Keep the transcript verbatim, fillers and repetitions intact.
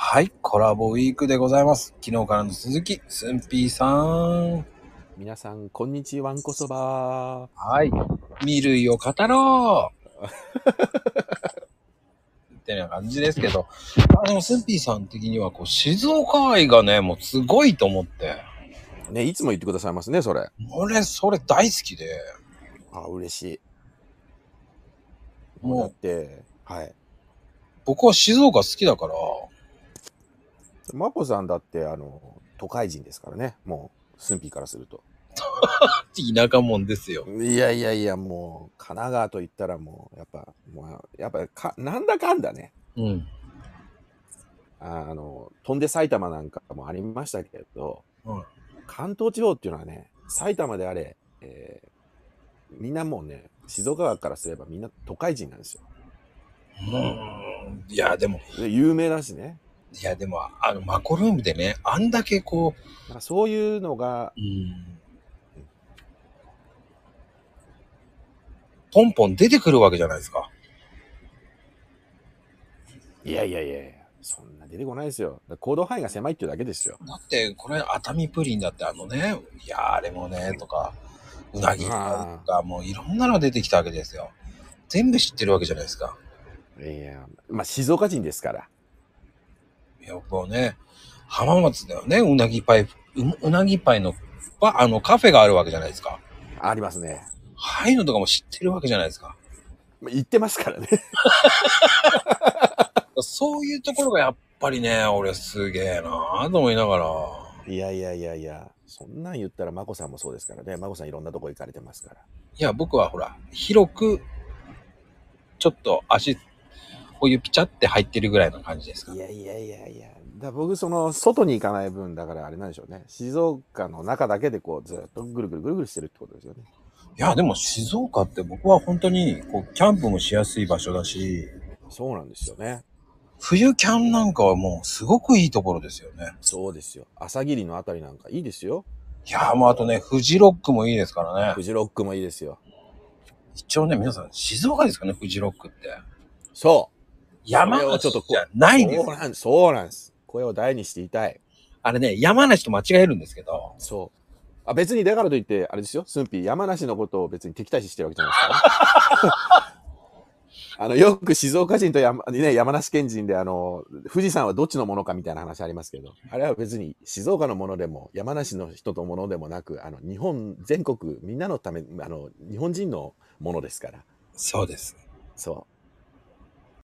はい、コラボウィークでございます。昨日からの続き、スンピーさん。 皆さん、こんにちはんこそば。 はい。未類を語ろうってな感じですけど、あでもスンピーさん的にはこう静岡愛がね、もうすごいと思って。 ね、いつも言ってくださいますね、それ。 俺、それ大好きで。 あ、嬉しい。もうだっもう、 て、はい。 僕は静岡好きだから。 まこさんだって、あの、都会人ですからね。もう、スンピーからすると。 田舎もんですよ。 いやいやいや、もう、神奈川と言ったらもう、やっぱ、もう、やっぱか、なんだかんだね。 うん。 あの、飛んで埼玉なんかもありましたけど、 うん。 関東地方っていうのはね、埼玉であれ、えーみんなもうね、静岡からすればみんな都会人なんですよ。 うーん。いや、でも、 で有名だしね。 いや、でも、あの、マコルームでね、あんだけこなんかそういうのが、 う、うん。ポンポン出てくるわけじゃないですか。 いやいやいやいや、そんな出てこないですよ。行動範囲が狭いっていうだけですよ。 だって、これ、熱海プリンだってあのね、いや、あれもね、とか、うなぎパイとあか、もういろんなの出てきたわけですよ。全部知ってるわけじゃないですか。 あ、いや、まあ静岡人ですから。 いや、こうね、浜松だよね、うなぎパイ、う、うなぎパイの、あの、カフェがあるわけじゃないですか。 ありますね。 ああいうのとかも知ってるわけじゃないですか。 言ってますからね。 そういうところがやっぱりね、俺すげえなぁと思いながら。 いやいやいやいや、そんなん言ったら、まこさんもそうですからね。まこさんいろんなとこ行かれてますから。 いや、僕はほら、広く、ちょっと足、こういうピチャって入ってるぐらいの感じですか。 いやいやいやいや、だ僕、その、外に行かない分、だからあれなんでしょうね。静岡の中だけでこう、ずっとぐるぐるぐるぐるしてるってことですよね。 いや、でも静岡って僕は本当に、こう、キャンプもしやすい場所だし、 そうなんですよね。 冬キャンなんかはもうすごくいいところですよね。 そうですよ。朝霧のあたりなんかいいですよ。 いや、もうあとね、フジロックもいいですからね。 フジロックもいいですよ。 一応ね、皆さん、静岡ですかね、フジロックって。 そう。そ山れをちょっとこ、 梨じゃないですよ。 そうなんです。そうなんです。声を大にして言いたい。 あれね、山梨と間違えるんですけど、 そう。あ、別にだからといって、あれですよ。スンピー、山梨のことを別に敵対視してるわけじゃないですからね。あの、よく静岡人と山、ね、山梨県人で、あの、富士山はどっちのものかみたいな話ありますけど、あれは別に静岡のものでも、山梨の人とものでもなく、あの、日本全国みんなのため、あの、日本人のものですから。 そうです。 そ